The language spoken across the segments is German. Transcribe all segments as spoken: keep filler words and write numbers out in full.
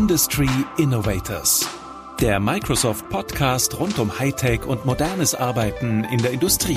Industry Innovators, der Microsoft-Podcast rund um Hightech und modernes Arbeiten in der Industrie.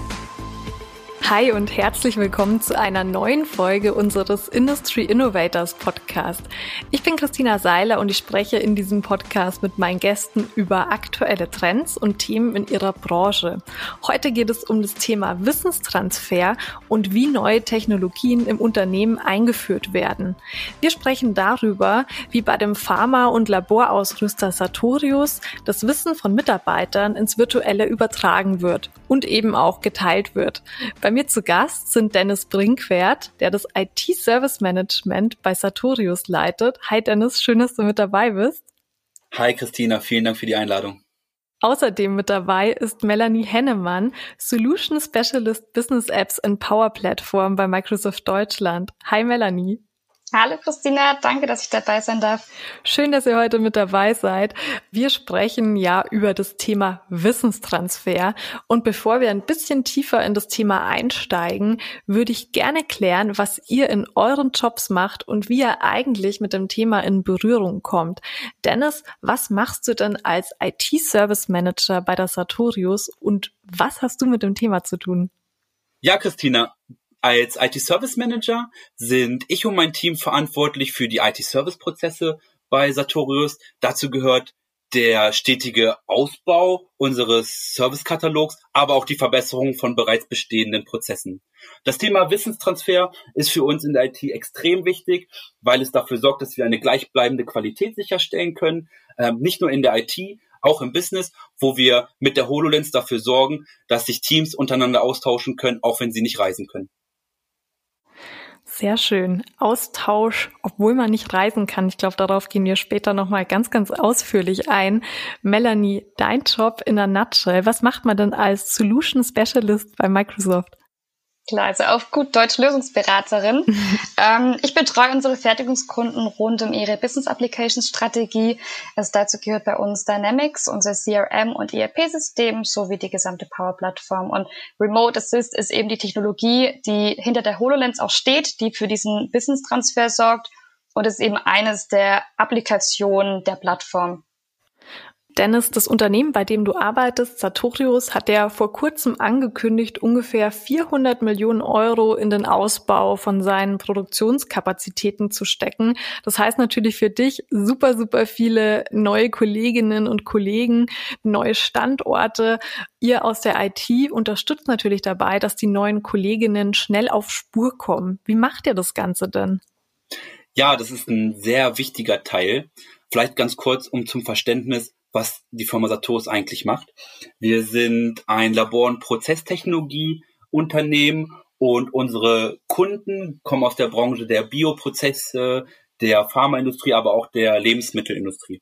Hi und herzlich willkommen zu einer neuen Folge unseres Industry Innovators Podcast. Ich bin Christina Seiler und ich spreche in diesem Podcast mit meinen Gästen über aktuelle Trends und Themen in ihrer Branche. Heute geht es um das Thema Wissenstransfer und wie neue Technologien im Unternehmen eingeführt werden. Wir sprechen darüber, wie bei dem Pharma- und Laborausrüster Sartorius das Wissen von Mitarbeitern ins Virtuelle übertragen wird und eben auch geteilt wird. Bei mir zu Gast sind Dennis Brinkwert, der das I T-Service Management bei Sartorius leitet. Hi Dennis, schön, dass du mit dabei bist. Hi Christina, vielen Dank für die Einladung. Außerdem mit dabei ist Melanie Hennemann, Solution Specialist Business Apps and Power Platform bei Microsoft Deutschland. Hi Melanie. Hallo Christina, danke, dass ich dabei sein darf. Schön, dass ihr heute mit dabei seid. Wir sprechen ja über das Thema Wissenstransfer. Und bevor wir ein bisschen tiefer in das Thema einsteigen, würde ich gerne klären, was ihr in euren Jobs macht und wie ihr eigentlich mit dem Thema in Berührung kommt. Dennis, was machst du denn als I T-Service Manager bei der Sartorius und was hast du mit dem Thema zu tun? Ja, Christina, als I T-Service Manager sind ich und mein Team verantwortlich für die I T-Service-Prozesse bei Sartorius. Dazu gehört der stetige Ausbau unseres Servicekatalogs, aber auch die Verbesserung von bereits bestehenden Prozessen. Das Thema Wissenstransfer ist für uns in der I T extrem wichtig, weil es dafür sorgt, dass wir eine gleichbleibende Qualität sicherstellen können, ähm, nicht nur in der I T, auch im Business, wo wir mit der HoloLens dafür sorgen, dass sich Teams untereinander austauschen können, auch wenn sie nicht reisen können. Sehr schön. Austausch, obwohl man nicht reisen kann. Ich glaube, darauf gehen wir später nochmal ganz, ganz ausführlich ein. Melanie, dein Job in der Nutshell. Was macht man denn als Solution Specialist bei Microsoft? Klar, also auf gut Deutsch Lösungsberaterin. ähm, ich betreue unsere Fertigungskunden rund um ihre Business Applications Strategie. Also dazu gehört bei uns Dynamics, unser C R M und E R P-System sowie die gesamte Power-Plattform. Und Remote Assist ist eben die Technologie, die hinter der HoloLens auch steht, die für diesen Wissenstransfer sorgt und ist eben eines der Applikationen der Plattform. Dennis, das Unternehmen, bei dem du arbeitest, Sartorius, hat ja vor kurzem angekündigt, ungefähr vierhundert Millionen Euro in den Ausbau von seinen Produktionskapazitäten zu stecken. Das heißt natürlich für dich super, super viele neue Kolleginnen und Kollegen, neue Standorte. Ihr aus der I T unterstützt natürlich dabei, dass die neuen Kolleginnen schnell auf Spur kommen. Wie macht ihr das Ganze denn? Ja, das ist ein sehr wichtiger Teil. Vielleicht ganz kurz, um zum Verständnis, was die Firma Sartorius eigentlich macht. Wir sind ein Labor- und Prozesstechnologie-Unternehmen und unsere Kunden kommen aus der Branche der Bioprozesse, der Pharmaindustrie, aber auch der Lebensmittelindustrie.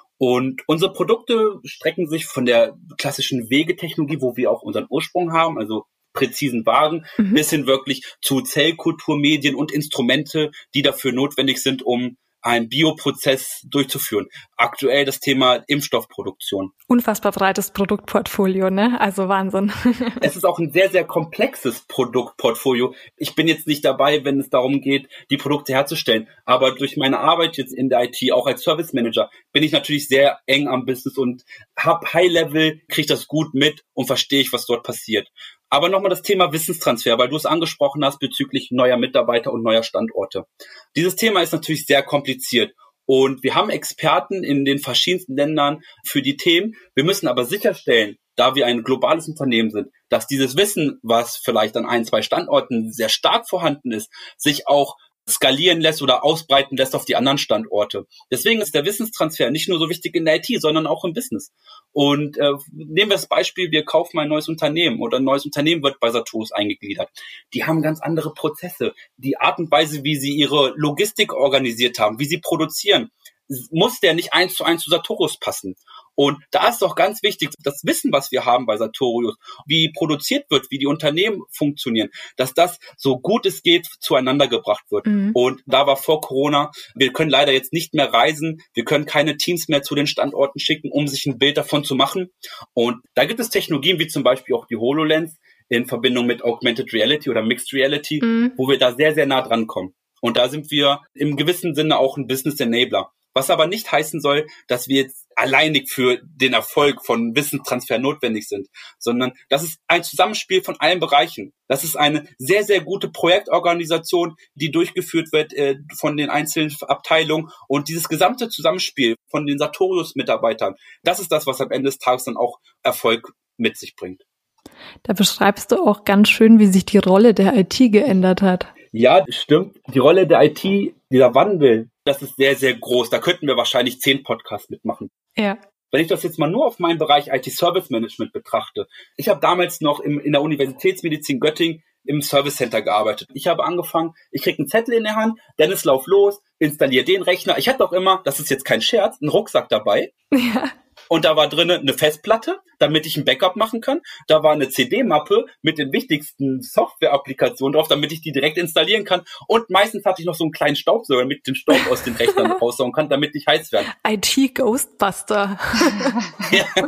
Und unsere Produkte strecken sich von der klassischen Wegetechnologie, wo wir auch unseren Ursprung haben, also präzisen Wagen, mhm. bis hin wirklich zu Zellkulturmedien und Instrumente, die dafür notwendig sind, um einen Bioprozess durchzuführen. Aktuell das Thema Impfstoffproduktion. Unfassbar breites Produktportfolio, ne? Also Wahnsinn. Es ist auch ein sehr, sehr komplexes Produktportfolio. Ich bin jetzt nicht dabei, wenn es darum geht, die Produkte herzustellen. Aber durch meine Arbeit jetzt in der I T, auch als Service Manager, bin ich natürlich sehr eng am Business und hab High-Level, kriege das gut mit und verstehe ich, was dort passiert. Aber nochmal das Thema Wissenstransfer, weil du es angesprochen hast bezüglich neuer Mitarbeiter und neuer Standorte. Dieses Thema ist natürlich sehr kompliziert und wir haben Experten in den verschiedensten Ländern für die Themen. Wir müssen aber sicherstellen, da wir ein globales Unternehmen sind, dass dieses Wissen, was vielleicht an ein, zwei Standorten sehr stark vorhanden ist, sich auch skalieren lässt oder ausbreiten lässt auf die anderen Standorte. Deswegen ist der Wissenstransfer nicht nur so wichtig in der I T, sondern auch im Business. Und äh, nehmen wir das Beispiel, wir kaufen ein neues Unternehmen oder ein neues Unternehmen wird bei Sartorius eingegliedert. Die haben ganz andere Prozesse. Die Art und Weise, wie sie ihre Logistik organisiert haben, wie sie produzieren, muss der nicht eins zu eins zu Sartorius passen. Und da ist doch ganz wichtig, das Wissen, was wir haben bei Sartorius, wie produziert wird, wie die Unternehmen funktionieren, dass das so gut es geht zueinander gebracht wird. Mhm. Und da war vor Corona, wir können leider jetzt nicht mehr reisen, wir können keine Teams mehr zu den Standorten schicken, um sich ein Bild davon zu machen. Und da gibt es Technologien wie zum Beispiel auch die HoloLens in Verbindung mit Augmented Reality oder Mixed Reality, mhm. wo wir da sehr, sehr nah dran kommen. Und da sind wir im gewissen Sinne auch ein Business Enabler. Was aber nicht heißen soll, dass wir jetzt alleinig für den Erfolg von Wissenstransfer notwendig sind, sondern das ist ein Zusammenspiel von allen Bereichen. Das ist eine sehr, sehr gute Projektorganisation, die durchgeführt wird äh, von den einzelnen Abteilungen, und dieses gesamte Zusammenspiel von den Sartorius-Mitarbeitern, das ist das, was am Ende des Tages dann auch Erfolg mit sich bringt. Da beschreibst du auch ganz schön, wie sich die Rolle der I T geändert hat. Ja, das stimmt. Die Rolle der I T, dieser Wandel, das ist sehr, sehr groß. Da könnten wir wahrscheinlich zehn Podcasts mitmachen. Ja. Wenn ich das jetzt mal nur auf meinen Bereich I T-Service-Management betrachte, ich habe damals noch im, in der Universitätsmedizin Göttingen im Service Center gearbeitet. Ich habe angefangen, ich kriege einen Zettel in der Hand, Dennis, lauf los, installier den Rechner. Ich hatte auch immer, das ist jetzt kein Scherz, einen Rucksack dabei. Ja. Und da war drinnen eine Festplatte, damit ich ein Backup machen kann. Da war eine C D-Mappe mit den wichtigsten Software-Applikationen drauf, damit ich die direkt installieren kann. Und meistens hatte ich noch so einen kleinen Staubsauger, damit ich den Staub aus den Rechnern raussaugen kann, damit ich heiß werde. I T-Ghostbuster. Ja.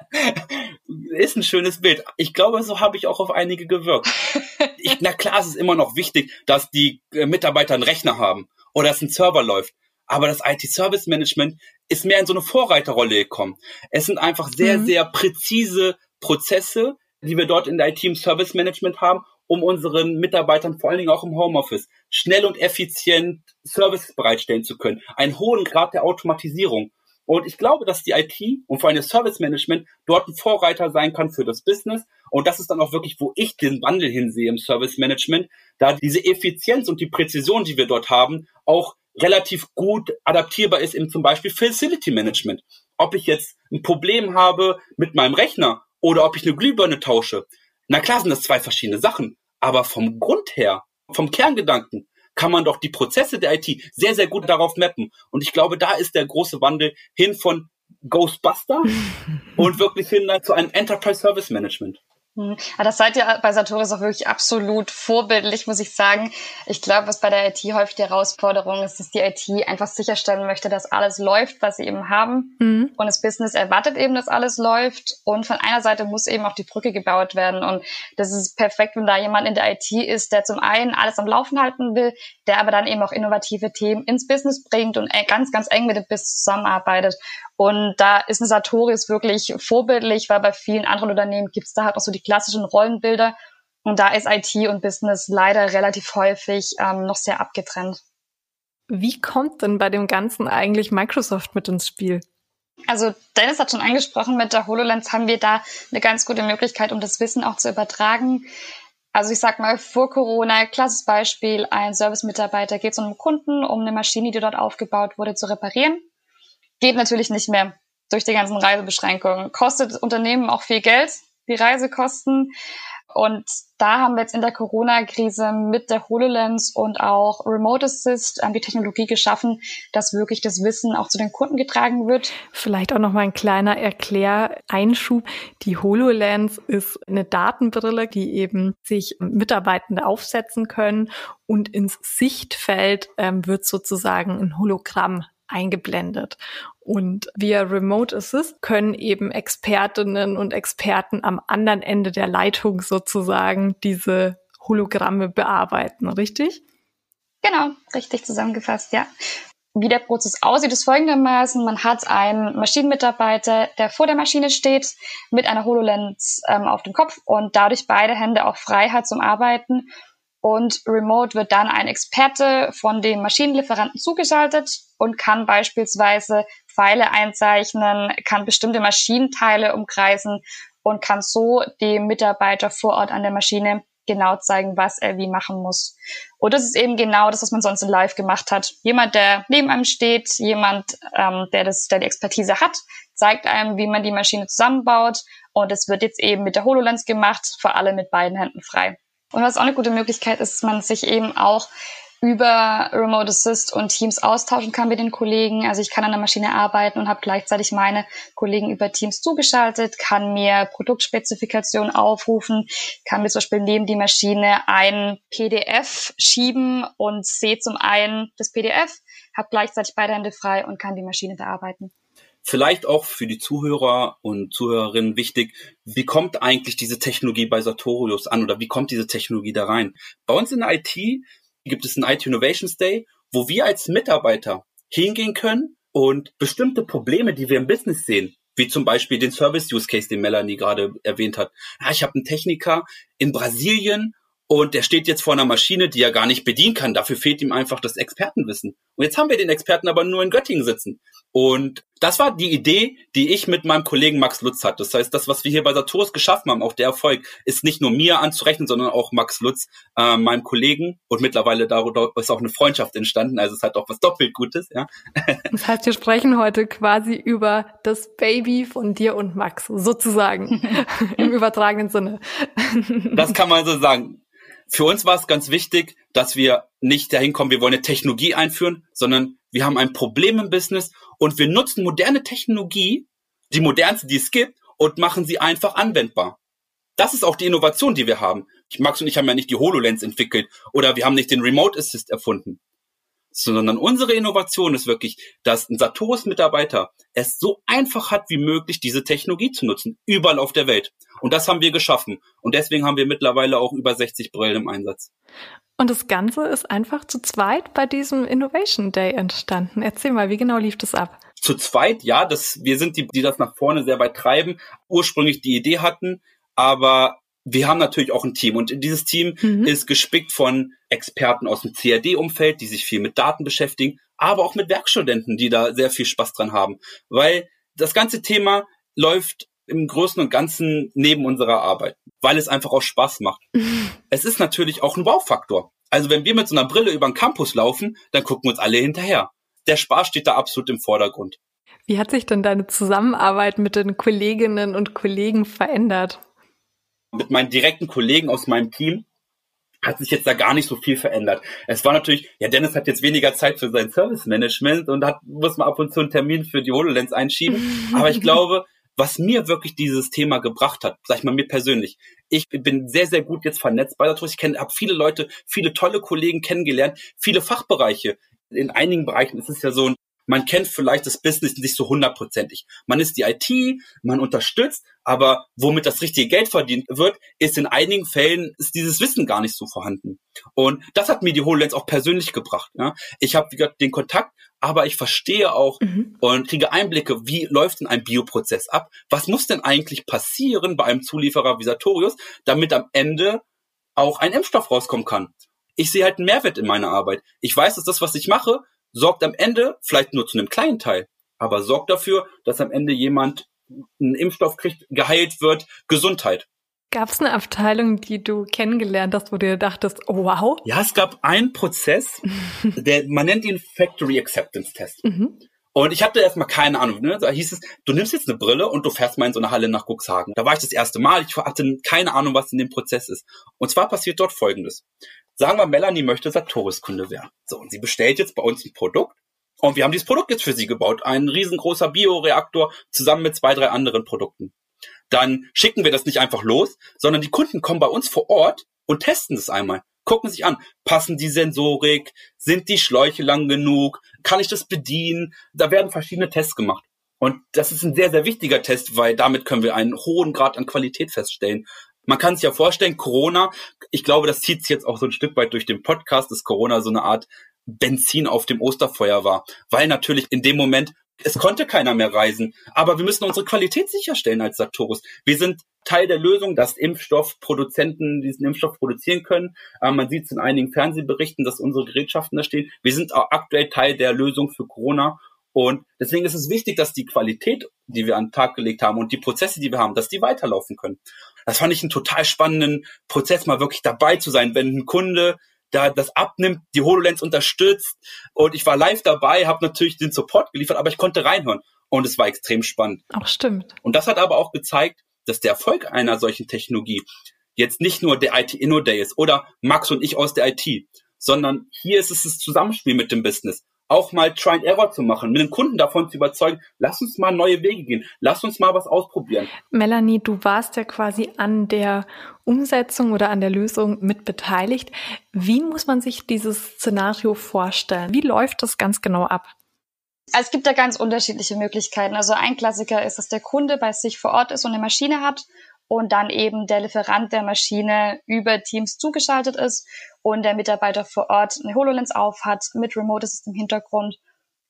Ist ein schönes Bild. Ich glaube, so habe ich auch auf einige gewirkt. Ich, na klar, es ist immer noch wichtig, dass die äh, Mitarbeiter einen Rechner haben oder dass ein Server läuft. Aber das I T-Service-Management ist mehr in so eine Vorreiterrolle gekommen. Es sind einfach sehr, mhm. sehr präzise Prozesse, die wir dort in der I T im Service-Management haben, um unseren Mitarbeitern, vor allen Dingen auch im Homeoffice, schnell und effizient Services bereitstellen zu können. Einen hohen Grad der Automatisierung. Und ich glaube, dass die I T und vor allem das Service-Management dort ein Vorreiter sein kann für das Business. Und das ist dann auch wirklich, wo ich den Wandel hinsehe im Service-Management, da diese Effizienz und die Präzision, die wir dort haben, auch relativ gut adaptierbar ist im zum Beispiel Facility Management. Ob ich jetzt ein Problem habe mit meinem Rechner oder ob ich eine Glühbirne tausche. Na klar sind das zwei verschiedene Sachen, aber vom Grund her, vom Kerngedanken, kann man doch die Prozesse der I T sehr, sehr gut darauf mappen. Und ich glaube, da ist der große Wandel hin von Ghostbuster und wirklich hin zu einem Enterprise Service Management. Aber das seid ihr bei Sartorius auch wirklich absolut vorbildlich, muss ich sagen. Ich glaube, was bei der I T häufig die Herausforderung ist, dass die I T einfach sicherstellen möchte, dass alles läuft, was sie eben haben. Mhm. Und das Business erwartet eben, dass alles läuft. Und von einer Seite muss eben auch die Brücke gebaut werden. Und das ist perfekt, wenn da jemand in der I T ist, der zum einen alles am Laufen halten will, der aber dann eben auch innovative Themen ins Business bringt und ganz, ganz eng mit dem Business zusammenarbeitet. Und da ist ein Sartorius wirklich vorbildlich, weil bei vielen anderen Unternehmen gibt es da halt auch so die klassischen Rollenbilder. Und da ist I T und Business leider relativ häufig ähm, noch sehr abgetrennt. Wie kommt denn bei dem Ganzen eigentlich Microsoft mit ins Spiel? Also Dennis hat schon angesprochen, mit der HoloLens haben wir da eine ganz gute Möglichkeit, um das Wissen auch zu übertragen. Also ich sag mal, vor Corona, klassisches Beispiel, ein Service-Mitarbeiter geht zu einem Kunden, um eine Maschine, die dort aufgebaut wurde, zu reparieren. Geht natürlich nicht mehr durch die ganzen Reisebeschränkungen. Kostet Unternehmen auch viel Geld, die Reisekosten. Und da haben wir jetzt in der Corona-Krise mit der HoloLens und auch Remote Assist die Technologie geschaffen, dass wirklich das Wissen auch zu den Kunden getragen wird. Vielleicht auch noch mal ein kleiner Erkläreinschub. Die HoloLens ist eine Datenbrille, die eben sich Mitarbeitende aufsetzen können, und ins Sichtfeld ähm, wird sozusagen ein Hologramm eingeblendet. Und via Remote Assist können eben Expertinnen und Experten am anderen Ende der Leitung sozusagen diese Hologramme bearbeiten, richtig? Genau, richtig zusammengefasst, ja. Wie der Prozess aussieht, ist folgendermaßen: Man hat einen Maschinenmitarbeiter, der vor der Maschine steht, mit einer HoloLens ähm, auf dem Kopf und dadurch beide Hände auch frei hat zum Arbeiten. Und remote wird dann ein Experte von dem Maschinenlieferanten zugeschaltet und kann beispielsweise Pfeile einzeichnen, kann bestimmte Maschinenteile umkreisen und kann so dem Mitarbeiter vor Ort an der Maschine genau zeigen, was er wie machen muss. Und das ist eben genau das, was man sonst in Live gemacht hat. Jemand, der neben einem steht, jemand, ähm, der das, der die Expertise hat, zeigt einem, wie man die Maschine zusammenbaut. Und es wird jetzt eben mit der HoloLens gemacht, vor allem mit beiden Händen frei. Und was auch eine gute Möglichkeit ist, dass man sich eben auch über Remote Assist und Teams austauschen kann mit den Kollegen. Also ich kann an der Maschine arbeiten und habe gleichzeitig meine Kollegen über Teams zugeschaltet, kann mir Produktspezifikationen aufrufen, kann mir zum Beispiel neben die Maschine ein P D F schieben und sehe zum einen das P D F, habe gleichzeitig beide Hände frei und kann die Maschine bearbeiten. Vielleicht auch für die Zuhörer und Zuhörerinnen wichtig, wie kommt eigentlich diese Technologie bei Sartorius an oder wie kommt diese Technologie da rein? Bei uns in der I T gibt es einen I T Innovations Day, wo wir als Mitarbeiter hingehen können Und bestimmte Probleme, die wir im Business sehen, wie zum Beispiel den Service-Use-Case, den Melanie gerade erwähnt hat. Ja, ich habe einen Techniker in Brasilien und der steht jetzt vor einer Maschine, die er gar nicht bedienen kann. Dafür fehlt ihm einfach das Expertenwissen. Und jetzt haben wir den Experten aber nur in Göttingen sitzen. Und das war die Idee, die ich mit meinem Kollegen Max Lutz hatte. Das heißt, das, was wir hier bei Sartorius geschaffen haben, auch der Erfolg, ist nicht nur mir anzurechnen, sondern auch Max Lutz, äh, meinem Kollegen. Und mittlerweile darüber ist auch eine Freundschaft entstanden. Also es hat auch was doppelt Gutes. Ja. Das heißt, wir sprechen heute quasi über das Baby von dir und Max, sozusagen, im übertragenen Sinne. Das kann man so sagen. Für uns war es ganz wichtig, dass wir nicht dahin kommen, wir wollen eine Technologie einführen, sondern wir haben ein Problem im Business und wir nutzen moderne Technologie, die modernste, die es gibt, und machen sie einfach anwendbar. Das ist auch die Innovation, die wir haben. Max und ich haben ja nicht die HoloLens entwickelt oder wir haben nicht den Remote Assist erfunden, sondern unsere Innovation ist wirklich, dass ein Sartorius-Mitarbeiter es so einfach hat wie möglich, diese Technologie zu nutzen, überall auf der Welt. Und das haben wir geschaffen. Und deswegen haben wir mittlerweile auch über sechzig Brillen im Einsatz. Und das Ganze ist einfach zu zweit bei diesem Innovation Day entstanden. Erzähl mal, wie genau lief das ab? Zu zweit, ja, das, wir sind die, die das nach vorne sehr weit treiben, ursprünglich die Idee hatten, aber wir haben natürlich auch ein Team. Und dieses Team mhm. ist gespickt von Experten aus dem C A D-Umfeld, die sich viel mit Daten beschäftigen, aber auch mit Werkstudenten, die da sehr viel Spaß dran haben. Weil das ganze Thema läuft im Großen und Ganzen neben unserer Arbeit, weil es einfach auch Spaß macht. Mhm. Es ist natürlich auch ein Wow-Faktor. Also wenn wir mit so einer Brille über den Campus laufen, dann gucken uns alle hinterher. Der Spaß steht da absolut im Vordergrund. Wie hat sich denn deine Zusammenarbeit mit den Kolleginnen und Kollegen verändert? Mit meinen direkten Kollegen aus meinem Team hat sich jetzt da gar nicht so viel verändert. Es war natürlich, ja, Dennis hat jetzt weniger Zeit für sein Service-Management und hat, muss man ab und zu einen Termin für die HoloLens einschieben. Aber ich glaube, was mir wirklich dieses Thema gebracht hat, sag ich mal mir persönlich, ich bin sehr, sehr gut jetzt vernetzt bei Sartorius. Ich kenne, habe viele Leute, viele tolle Kollegen kennengelernt, viele Fachbereiche. In einigen Bereichen ist es ja so, man kennt vielleicht das Business nicht so hundertprozentig. Man ist die I T, man unterstützt, aber womit das richtige Geld verdient wird, ist in einigen Fällen ist dieses Wissen gar nicht so vorhanden. Und das hat mir die HoloLens auch persönlich gebracht. Ja. Ich habe den Kontakt, aber ich verstehe auch mhm. und kriege Einblicke, wie läuft denn ein Bioprozess ab? Was muss denn eigentlich passieren bei einem Zulieferer wie Sartorius, damit am Ende auch ein Impfstoff rauskommen kann? Ich sehe halt einen Mehrwert in meiner Arbeit. Ich weiß, dass das, was ich mache, sorgt am Ende, vielleicht nur zu einem kleinen Teil, aber sorgt dafür, dass am Ende jemand einen Impfstoff kriegt, geheilt wird, Gesundheit. Gab es eine Abteilung, die du kennengelernt hast, wo du dir dachtest, oh wow? Ja, es gab einen Prozess, der, man nennt ihn Factory Acceptance Test. Mhm. Und ich hatte erstmal keine Ahnung. Ne? Da hieß es, du nimmst jetzt eine Brille und du fährst mal in so eine Halle nach Cuxhaven. Da war ich das erste Mal, ich hatte keine Ahnung, was in dem Prozess ist. Und zwar passiert dort Folgendes. Sagen wir, Melanie möchte Sartorius-Kunde werden. So, und sie bestellt jetzt bei uns ein Produkt. Und wir haben dieses Produkt jetzt für sie gebaut. Ein riesengroßer Bioreaktor zusammen mit zwei, drei anderen Produkten. Dann schicken wir das nicht einfach los, sondern die Kunden kommen bei uns vor Ort und testen das einmal. Gucken sich an, passen die Sensorik, sind die Schläuche lang genug, kann ich das bedienen? Da werden verschiedene Tests gemacht. Und das ist ein sehr, sehr wichtiger Test, weil damit können wir einen hohen Grad an Qualität feststellen. Man kann sich ja vorstellen, Corona, ich glaube, das zieht sich jetzt auch so ein Stück weit durch den Podcast, dass Corona so eine Art Benzin auf dem Osterfeuer war. Weil natürlich in dem Moment, es konnte keiner mehr reisen. Aber wir müssen unsere Qualität sicherstellen als Sartorius. Wir sind Teil der Lösung, dass Impfstoffproduzenten diesen Impfstoff produzieren können. Äh, man sieht es in einigen Fernsehberichten, dass unsere Gerätschaften da stehen. Wir sind auch aktuell Teil der Lösung für Corona. Und deswegen ist es wichtig, dass die Qualität, die wir an den Tag gelegt haben und die Prozesse, die wir haben, dass die weiterlaufen können. Das fand ich einen total spannenden Prozess, mal wirklich dabei zu sein, wenn ein Kunde da das abnimmt, die HoloLens unterstützt und ich war live dabei, habe natürlich den Support geliefert, aber ich konnte reinhören und es war extrem spannend. Ach, stimmt. Und das hat aber auch gezeigt, dass der Erfolg einer solchen Technologie jetzt nicht nur der I T Inno Day ist oder Max und ich aus der I T, sondern hier ist es das Zusammenspiel mit dem Business. Auch mal Try and Error zu machen, mit dem Kunden davon zu überzeugen, lass uns mal neue Wege gehen, lass uns mal was ausprobieren. Melanie, du warst ja quasi an der Umsetzung oder an der Lösung mit beteiligt. Wie muss man sich dieses Szenario vorstellen? Wie läuft das ganz genau ab? Also es gibt da ganz unterschiedliche Möglichkeiten. Also ein Klassiker ist, dass der Kunde bei sich vor Ort ist und eine Maschine hat und dann eben der Lieferant der Maschine über Teams zugeschaltet ist und der Mitarbeiter vor Ort eine HoloLens auf hat mit Remote Assist im Hintergrund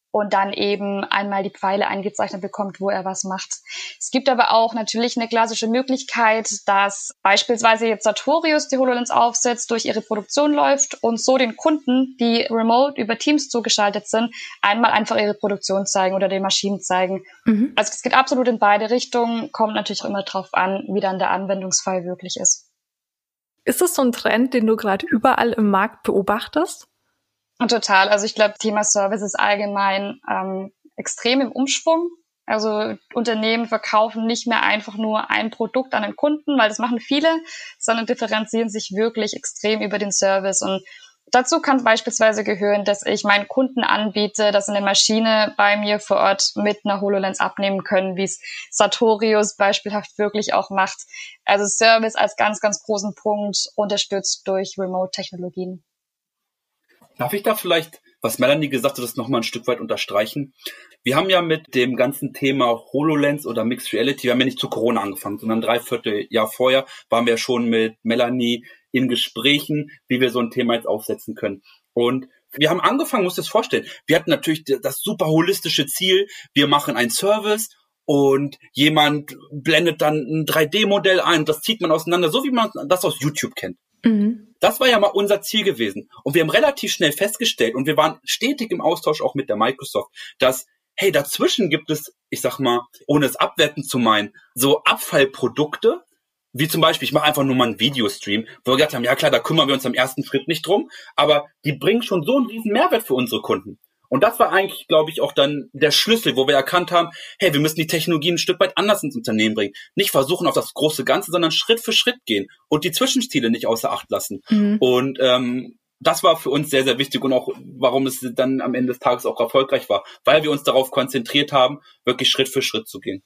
und dann eben einmal die Pfeile eingezeichnet bekommt, wo er was macht. Es gibt aber auch natürlich eine klassische Möglichkeit, dass beispielsweise jetzt Sartorius die HoloLens aufsetzt, durch ihre Produktion läuft und so den Kunden, die remote über Teams zugeschaltet sind, einmal einfach ihre Produktion zeigen oder die Maschinen zeigen. Mhm. Also es geht absolut in beide Richtungen, kommt natürlich auch immer drauf an, wie dann der Anwendungsfall wirklich ist. Ist das so ein Trend, den du gerade überall im Markt beobachtest? Total. Also ich glaube, Thema Service ist allgemein ähm, extrem im Umschwung. Also Unternehmen verkaufen nicht mehr einfach nur ein Produkt an den Kunden, weil das machen viele, sondern differenzieren sich wirklich extrem über den Service. Und dazu kann beispielsweise gehören, dass ich meinen Kunden anbiete, dass sie eine Maschine bei mir vor Ort mit einer HoloLens abnehmen können, wie es Sartorius beispielhaft wirklich auch macht. Also Service als ganz, ganz großen Punkt, unterstützt durch Remote-Technologien. Darf ich da vielleicht, was Melanie gesagt hat, das nochmal ein Stück weit unterstreichen? Wir haben ja mit dem ganzen Thema HoloLens oder Mixed Reality, wir haben ja nicht zu Corona angefangen, sondern ein Dreivierteljahr vorher waren wir schon mit Melanie in Gesprächen, wie wir so ein Thema jetzt aufsetzen können. Und wir haben angefangen, musst du dir das vorstellen, wir hatten natürlich das super holistische Ziel, wir machen einen Service und jemand blendet dann ein drei D Modell ein, das zieht man auseinander, so wie man das aus YouTube kennt. Mhm. Das war ja mal unser Ziel gewesen. Und wir haben relativ schnell festgestellt, und wir waren stetig im Austausch auch mit der Microsoft, dass, hey, dazwischen gibt es, ich sag mal, ohne es abwerten zu meinen, so Abfallprodukte, wie zum Beispiel, ich mache einfach nur mal einen Videostream, wo wir gesagt haben, ja klar, da kümmern wir uns am ersten Schritt nicht drum, aber die bringen schon so einen riesen Mehrwert für unsere Kunden. Und das war eigentlich, glaube ich, auch dann der Schlüssel, wo wir erkannt haben, hey, wir müssen die Technologie ein Stück weit anders ins Unternehmen bringen. Nicht versuchen auf das große Ganze, sondern Schritt für Schritt gehen und die Zwischenziele nicht außer Acht lassen. Mhm. Und ähm, das war für uns sehr, sehr wichtig und auch, warum es dann am Ende des Tages auch erfolgreich war, weil wir uns darauf konzentriert haben, wirklich Schritt für Schritt zu gehen.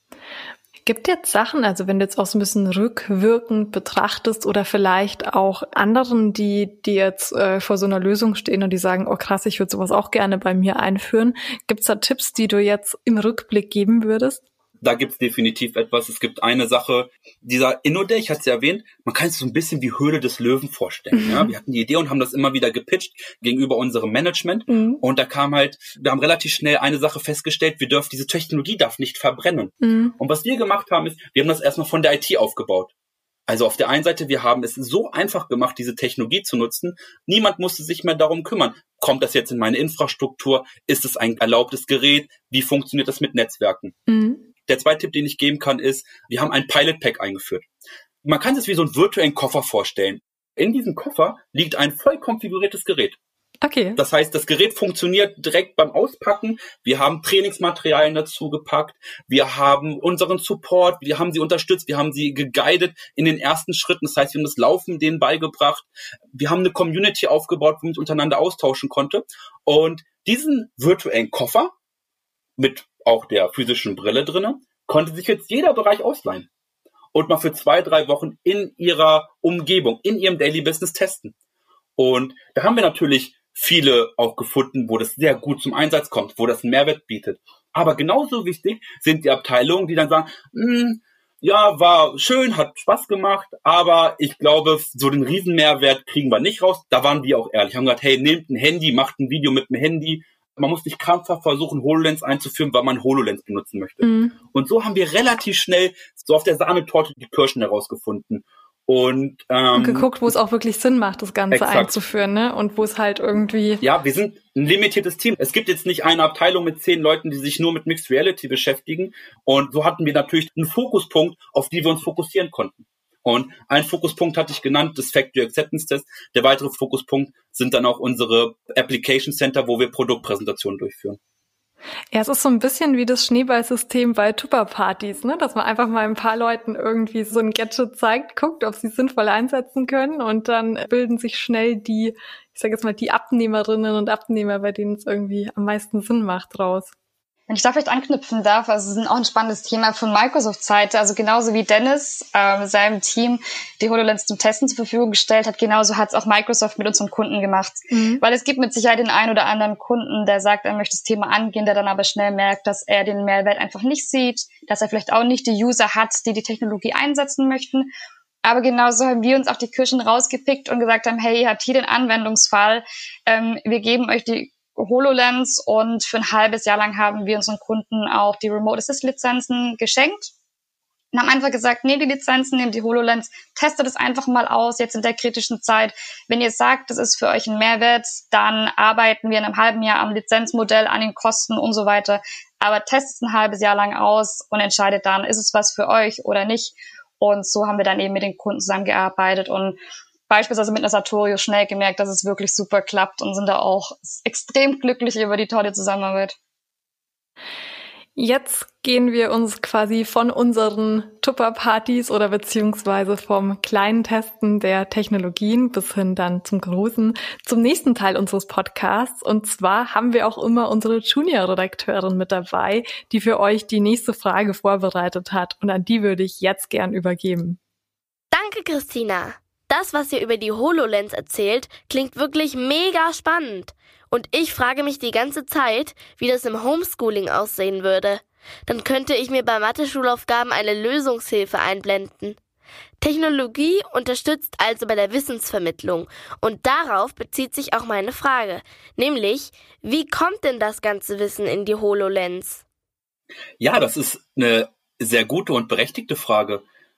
Gibt jetzt Sachen, also wenn du jetzt auch so ein bisschen rückwirkend betrachtest oder vielleicht auch anderen, die, die jetzt äh, vor so einer Lösung stehen und die sagen, oh krass, ich würde sowas auch gerne bei mir einführen. Gibt's da Tipps, die du jetzt im Rückblick geben würdest? Da gibt's definitiv etwas. Es gibt eine Sache, dieser InnoDay, ich hatte es ja erwähnt, man kann es so ein bisschen wie Höhle des Löwen vorstellen. Mhm. Ja? Wir hatten die Idee und haben das immer wieder gepitcht gegenüber unserem Management. Mhm. Und da kam halt, wir haben relativ schnell eine Sache festgestellt, wir dürfen, diese Technologie darf nicht verbrennen. Mhm. Und was wir gemacht haben, ist, wir haben das erstmal von der I T aufgebaut. Also auf der einen Seite, wir haben es so einfach gemacht, diese Technologie zu nutzen. Niemand musste sich mehr darum kümmern. Kommt das jetzt in meine Infrastruktur? Ist es ein erlaubtes Gerät? Wie funktioniert das mit Netzwerken? Mhm. Der zweite Tipp, den ich geben kann, ist, wir haben ein Pilot Pack eingeführt. Man kann es wie so einen virtuellen Koffer vorstellen. In diesem Koffer liegt ein voll konfiguriertes Gerät. Okay. Das heißt, das Gerät funktioniert direkt beim Auspacken. Wir haben Trainingsmaterialien dazu gepackt. Wir haben unseren Support. Wir haben sie unterstützt. Wir haben sie geguidet in den ersten Schritten. Das heißt, wir haben das Laufen denen beigebracht. Wir haben eine Community aufgebaut, wo man sich untereinander austauschen konnte. Und diesen virtuellen Koffer mit auch der physischen Brille drinne, konnte sich jetzt jeder Bereich ausleihen und mal für zwei, drei Wochen in ihrer Umgebung, in ihrem Daily Business testen. Und da haben wir natürlich viele auch gefunden, wo das sehr gut zum Einsatz kommt, wo das einen Mehrwert bietet. Aber genauso wichtig sind die Abteilungen, die dann sagen, ja, war schön, hat Spaß gemacht, aber ich glaube, so den Riesenmehrwert kriegen wir nicht raus. Da waren wir auch ehrlich, haben gesagt, hey, nehmt ein Handy, macht ein Video mit dem Handy. Man muss nicht krampfhaft versuchen, HoloLens einzuführen, weil man HoloLens benutzen möchte. Mhm. Und so haben wir relativ schnell so auf der Sahnetorte die Kirschen herausgefunden. Und, ähm, und geguckt, wo es auch wirklich Sinn macht, das Ganze exakt. einzuführen, ne? Und wo es halt irgendwie... Ja, wir sind ein limitiertes Team. Es gibt jetzt nicht eine Abteilung mit zehn Leuten, die sich nur mit Mixed Reality beschäftigen. Und so hatten wir natürlich einen Fokuspunkt, auf die wir uns fokussieren konnten. Und ein Fokuspunkt hatte ich genannt, das Factory Acceptance Test. Der weitere Fokuspunkt sind dann auch unsere Application Center, wo wir Produktpräsentationen durchführen. Ja, es ist so ein bisschen wie das Schneeballsystem bei Tupperpartys, ne? Dass man einfach mal ein paar Leuten irgendwie so ein Gadget zeigt, guckt, ob sie es sinnvoll einsetzen können und dann bilden sich schnell die, ich sage jetzt mal, die Abnehmerinnen und Abnehmer, bei denen es irgendwie am meisten Sinn macht, raus. Wenn ich da vielleicht anknüpfen darf, also es ist auch ein spannendes Thema von Microsoft-Seite, also genauso wie Dennis äh, mit seinem Team die HoloLens zum Testen zur Verfügung gestellt hat, genauso hat es auch Microsoft mit unseren Kunden gemacht. Mhm. Weil es gibt mit Sicherheit den einen oder anderen Kunden, der sagt, er möchte das Thema angehen, der dann aber schnell merkt, dass er den Mehrwert einfach nicht sieht, dass er vielleicht auch nicht die User hat, die die Technologie einsetzen möchten. Aber genauso haben wir uns auch die Kirschen rausgepickt und gesagt haben, hey, ihr habt hier den Anwendungsfall, ähm, wir geben euch die HoloLens und für ein halbes Jahr lang haben wir unseren Kunden auch die Remote Assist Lizenzen geschenkt. Und haben einfach gesagt, nehmt die Lizenzen, nehmt die HoloLens, testet es einfach mal aus, jetzt in der kritischen Zeit. Wenn ihr sagt, das ist für euch ein Mehrwert, dann arbeiten wir in einem halben Jahr am Lizenzmodell, an den Kosten und so weiter. Aber testet es ein halbes Jahr lang aus und entscheidet dann, ist es was für euch oder nicht. Und so haben wir dann eben mit den Kunden zusammengearbeitet und beispielsweise mit einer Sartorius schnell gemerkt, dass es wirklich super klappt und sind da auch extrem glücklich über die tolle Zusammenarbeit. Jetzt gehen wir uns quasi von unseren Tupper-Partys oder beziehungsweise vom kleinen Testen der Technologien bis hin dann zum großen, zum nächsten Teil unseres Podcasts. Und zwar haben wir auch immer unsere Junior-Redakteurin mit dabei, die für euch die nächste Frage vorbereitet hat. Und an die würde ich jetzt gern übergeben. Danke, Christina. Das, was ihr über die HoloLens erzählt, klingt wirklich mega spannend. Und ich frage mich die ganze Zeit, wie das im Homeschooling aussehen würde. Dann könnte ich mir bei Mathe-Schulaufgaben eine Lösungshilfe einblenden. Technologie unterstützt also bei der Wissensvermittlung. Und darauf bezieht sich auch meine Frage. Nämlich, wie kommt denn das ganze Wissen in die HoloLens? Ja, das ist eine sehr gute und berechtigte Frage,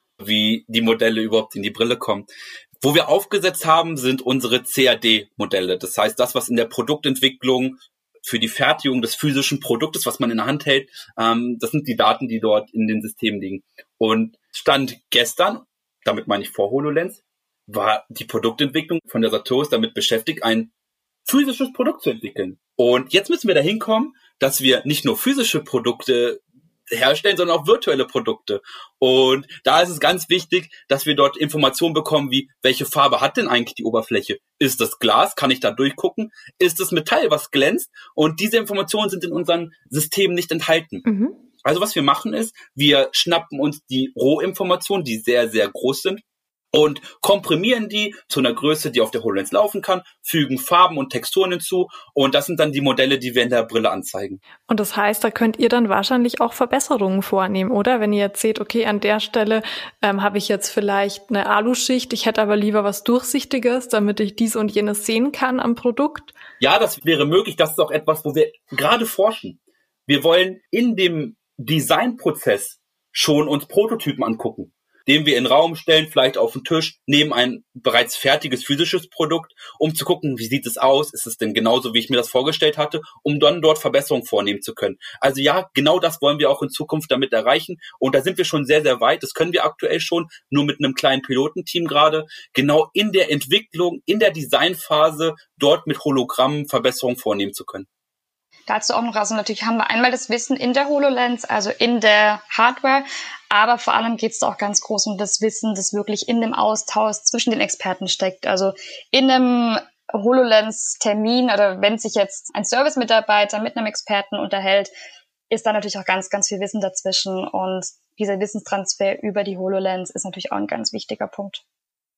wie die Modelle überhaupt in die Brille kommen. Wo wir aufgesetzt haben, sind unsere C A D-Modelle. Das heißt, das, was in der Produktentwicklung für die Fertigung des physischen Produktes, was man in der Hand hält, ähm, das sind die Daten, die dort in den Systemen liegen. Und Stand gestern, damit meine ich vor HoloLens, war die Produktentwicklung von der Sartorius damit beschäftigt, ein physisches Produkt zu entwickeln. Und jetzt müssen wir dahin kommen, dass wir nicht nur physische Produkte herstellen, sondern auch virtuelle Produkte. Und da ist es ganz wichtig, dass wir dort Informationen bekommen, wie, welche Farbe hat denn eigentlich die Oberfläche? Ist das Glas? Kann ich da durchgucken? Ist das Metall, was glänzt? Und diese Informationen sind in unseren Systemen nicht enthalten. Mhm. Also was wir machen ist, wir schnappen uns die Rohinformationen, die sehr, sehr groß sind, und komprimieren die zu einer Größe, die auf der HoloLens laufen kann, fügen Farben und Texturen hinzu und das sind dann die Modelle, die wir in der Brille anzeigen. Und das heißt, da könnt ihr dann wahrscheinlich auch Verbesserungen vornehmen, oder? Wenn ihr jetzt seht, okay, an der Stelle ähm, habe ich jetzt vielleicht eine Aluschicht, ich hätte aber lieber was Durchsichtiges, damit ich dies und jenes sehen kann am Produkt. Ja, das wäre möglich. Das ist auch etwas, wo wir gerade forschen. Wir wollen in dem Designprozess schon uns Prototypen angucken, den wir in den Raum stellen, vielleicht auf den Tisch, neben ein bereits fertiges physisches Produkt, um zu gucken, wie sieht es aus, ist es denn genauso, wie ich mir das vorgestellt hatte, um dann dort Verbesserungen vornehmen zu können. Also ja, genau das wollen wir auch in Zukunft damit erreichen und da sind wir schon sehr, sehr weit, das können wir aktuell schon, nur mit einem kleinen Pilotenteam gerade, genau in der Entwicklung, in der Designphase, dort mit Hologrammen Verbesserungen vornehmen zu können. Dazu auch noch, also natürlich haben wir einmal das Wissen in der HoloLens, also in der Hardware, aber vor allem geht es auch ganz groß um das Wissen, das wirklich in dem Austausch zwischen den Experten steckt. Also in einem HoloLens-Termin oder wenn sich jetzt ein Service-Mitarbeiter mit einem Experten unterhält, ist da natürlich auch ganz, ganz viel Wissen dazwischen und dieser Wissenstransfer über die HoloLens ist natürlich auch ein ganz wichtiger Punkt.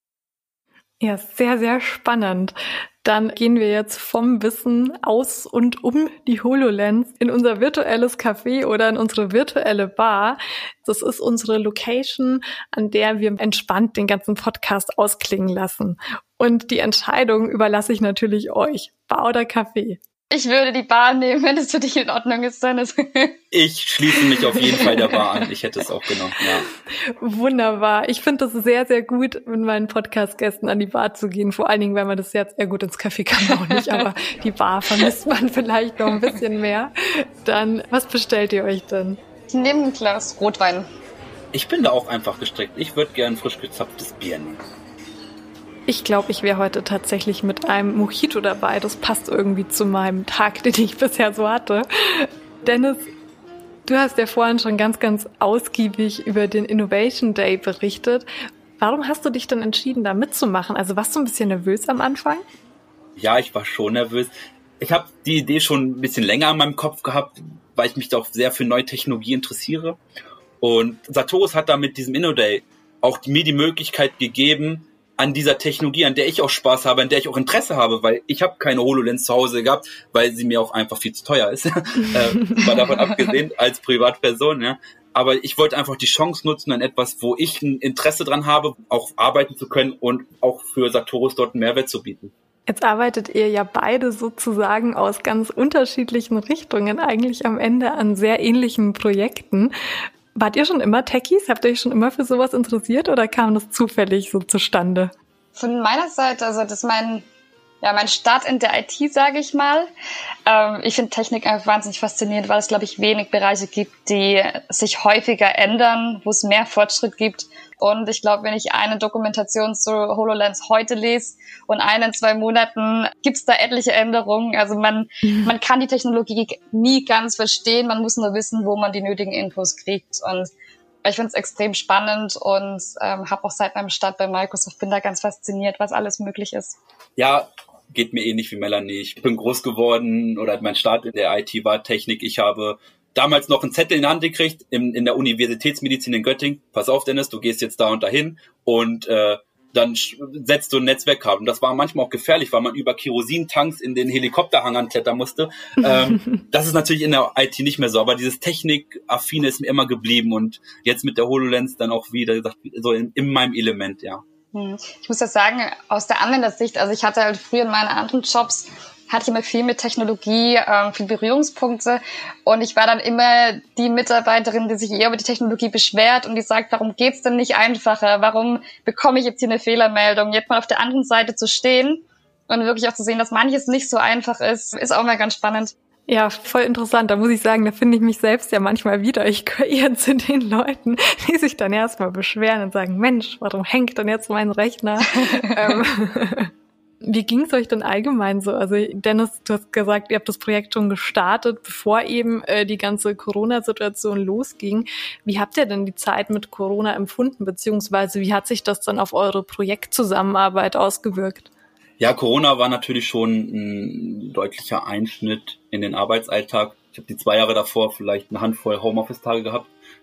Ja, sehr, sehr spannend. Dann gehen wir jetzt vom Wissen aus und um die HoloLens in unser virtuelles Café oder in unsere virtuelle Bar. Das ist unsere Location, an der wir entspannt den ganzen Podcast ausklingen lassen. Und die Entscheidung überlasse ich natürlich euch. Bar oder Café? Ich würde die Bar nehmen, wenn es für dich in Ordnung ist, Dennis. Ich schließe mich auf jeden Fall der Bar an. Ich hätte es auch genommen, ja. Wunderbar. Ich finde das sehr, sehr gut, mit meinen Podcast-Gästen an die Bar zu gehen. Vor allen Dingen, weil man das jetzt, ja gut, ins Café kann man auch nicht, aber die Bar vermisst man vielleicht noch ein bisschen mehr. Dann, was bestellt ihr euch denn? Ich nehme ein Glas Rotwein. Ich bin da auch einfach gestrickt. Ich würde gern frisch gezapftes Bier nehmen. Ich glaube, ich wäre heute tatsächlich mit einem Mojito dabei. Das passt irgendwie zu meinem Tag, den ich bisher so hatte. Dennis, du hast ja vorhin schon ganz, ganz ausgiebig über den Innovation Day berichtet. Warum hast du dich denn entschieden, da mitzumachen? Also warst du ein bisschen nervös am Anfang? Ja, ich war schon nervös. Ich habe die Idee schon ein bisschen länger in meinem Kopf gehabt, weil ich mich doch sehr für neue Technologie interessiere. Und Sartorius hat da mit diesem Inno Day auch mir die Möglichkeit gegeben, an dieser Technologie, an der ich auch Spaß habe, an der ich auch Interesse habe, weil ich habe keine HoloLens zu Hause gehabt, weil sie mir auch einfach viel zu teuer ist, äh, mal davon abgesehen, als Privatperson, ja. Aber ich wollte einfach die Chance nutzen an etwas, wo ich ein Interesse dran habe, auch arbeiten zu können und auch für Sartorius dort einen Mehrwert zu bieten. Jetzt arbeitet ihr ja beide sozusagen aus ganz unterschiedlichen Richtungen eigentlich am Ende an sehr ähnlichen Projekten. Wart ihr schon immer Techies? Habt ihr euch schon immer für sowas interessiert oder kam das zufällig so zustande? Von meiner Seite, also das ist mein, ja, mein Start in der I T, sage ich mal. Ähm, ich finde Technik einfach wahnsinnig faszinierend, weil es, glaube ich, wenig Bereiche gibt, die sich häufiger ändern, wo es mehr Fortschritt gibt. Und ich glaube, wenn ich eine Dokumentation zu HoloLens heute lese und eine in zwei Monaten, gibt's da etliche Änderungen. Also man, mhm. man kann die Technologie nie ganz verstehen. Man muss nur wissen, wo man die nötigen Infos kriegt. Und ich finde es extrem spannend und ähm, habe auch seit meinem Start bei Microsoft, bin da ganz fasziniert, was alles möglich ist. Ja, geht mir ähnlich wie Melanie. Ich bin groß geworden oder mein Start in der I T war Technik. Ich habe damals noch einen Zettel in die Hand gekriegt in, in der Universitätsmedizin in Göttingen. Pass auf, Dennis, du gehst jetzt da und dahin und äh, dann setzt du ein Netzwerkkabel. Und das war manchmal auch gefährlich, weil man über Kerosintanks in den Helikopterhangern klettern musste. ähm, das ist natürlich in der I T nicht mehr so, aber dieses Technikaffine ist mir immer geblieben und jetzt mit der HoloLens dann auch wieder gesagt, so in, in meinem Element, ja. Ich muss das sagen, aus der Anwendersicht, also ich hatte halt früher in meinen anderen Jobs, hatte ich immer viel mit Technologie, ähm, viel Berührungspunkte und ich war dann immer die Mitarbeiterin, die sich eher über die Technologie beschwert und die sagt, warum geht's denn nicht einfacher? Warum bekomme ich jetzt hier eine Fehlermeldung? Jetzt mal auf der anderen Seite zu stehen und wirklich auch zu sehen, dass manches nicht so einfach ist, ist auch mal ganz spannend. Ja, voll interessant. Da muss ich sagen, da finde ich mich selbst ja manchmal wieder. Ich gehöre eher zu den Leuten, die sich dann erstmal beschweren und sagen, Mensch, warum hängt denn jetzt mein Rechner? ähm, Wie ging es euch denn allgemein so? Also Dennis, du hast gesagt, ihr habt das Projekt schon gestartet, bevor eben äh, die ganze Corona-Situation losging. Wie habt ihr denn die Zeit mit Corona empfunden, beziehungsweise wie hat sich das dann auf eure Projektzusammenarbeit ausgewirkt? Ja, Corona war natürlich schon ein deutlicher Einschnitt in den Arbeitsalltag. Ich habe die zwei Jahre davor vielleicht eine Handvoll Homeoffice-Tage gehabt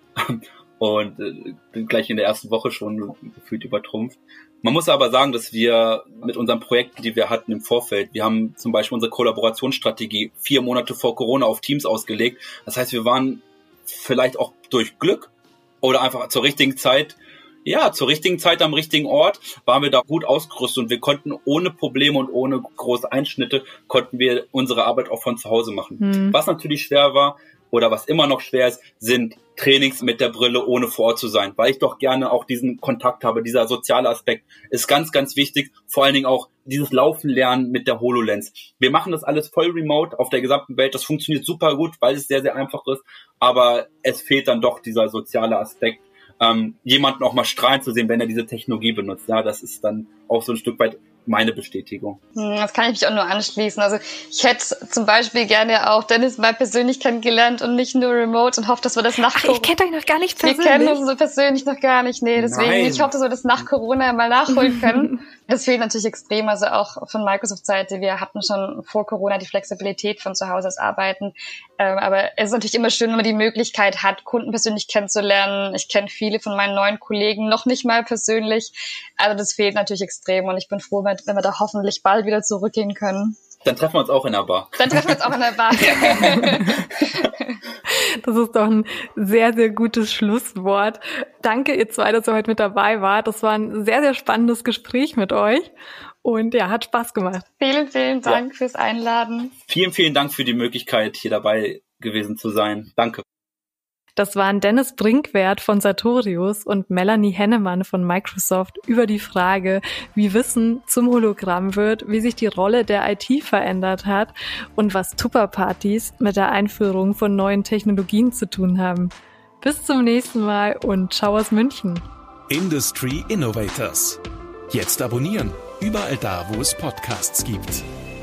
und äh, gleich in der ersten Woche schon gefühlt übertrumpft. Man muss aber sagen, dass wir mit unseren Projekten, die wir hatten im Vorfeld, wir haben zum Beispiel unsere Kollaborationsstrategie vier Monate vor Corona auf Teams ausgelegt. Das heißt, wir waren vielleicht auch durch Glück oder einfach zur richtigen Zeit, ja, zur richtigen Zeit am richtigen Ort, waren wir da gut ausgerüstet und wir konnten ohne Probleme und ohne große Einschnitte, konnten wir unsere Arbeit auch von zu Hause machen. Mhm. Was natürlich schwer war oder was immer noch schwer ist, sind Trainings mit der Brille, ohne vor Ort zu sein, weil ich doch gerne auch diesen Kontakt habe. Dieser soziale Aspekt ist ganz, ganz wichtig. Vor allen Dingen auch dieses Laufen lernen mit der HoloLens. Wir machen das alles voll remote auf der gesamten Welt. Das funktioniert super gut, weil es sehr, sehr einfach ist. Aber es fehlt dann doch dieser soziale Aspekt, ähm, jemanden auch mal strahlen zu sehen, wenn er diese Technologie benutzt. Ja, das ist dann auch so ein Stück weit meine Bestätigung. Das kann ich mich auch nur anschließen. Also ich hätte zum Beispiel gerne auch Dennis mal persönlich kennengelernt und nicht nur remote und hoffe, dass wir das nach Corona... Ach, ich kenne euch noch gar nicht persönlich. Wir kennen uns so persönlich noch gar nicht. Nee, deswegen, Nein. ich hoffe, dass wir das nach Corona mal nachholen können. Das fehlt natürlich extrem, also auch von Microsoft-Seite. Wir hatten schon vor Corona die Flexibilität von zu Hause aus arbeiten. Ähm, aber es ist natürlich immer schön, wenn man die Möglichkeit hat, Kunden persönlich kennenzulernen. Ich kenne viele von meinen neuen Kollegen noch nicht mal persönlich. Also das fehlt natürlich extrem und ich bin froh, wenn wir da hoffentlich bald wieder zurückgehen können. Dann treffen wir uns auch in der Bar. Dann treffen wir uns auch in der Bar. Das ist doch ein sehr, sehr gutes Schlusswort. Danke, ihr zwei, dass ihr heute mit dabei wart. Das war ein sehr, sehr spannendes Gespräch mit euch. Und ja, hat Spaß gemacht. Vielen, vielen Dank ja. fürs Einladen. Vielen, vielen Dank für die Möglichkeit, hier dabei gewesen zu sein. Danke. Das waren Dennis Brinkwert von Sartorius und Melanie Hennemann von Microsoft über die Frage, wie Wissen zum Hologramm wird, wie sich die Rolle der I T verändert hat und was Tupperpartys mit der Einführung von neuen Technologien zu tun haben. Bis zum nächsten Mal und ciao aus München. Industry Innovators. Jetzt abonnieren, überall da, wo es Podcasts gibt.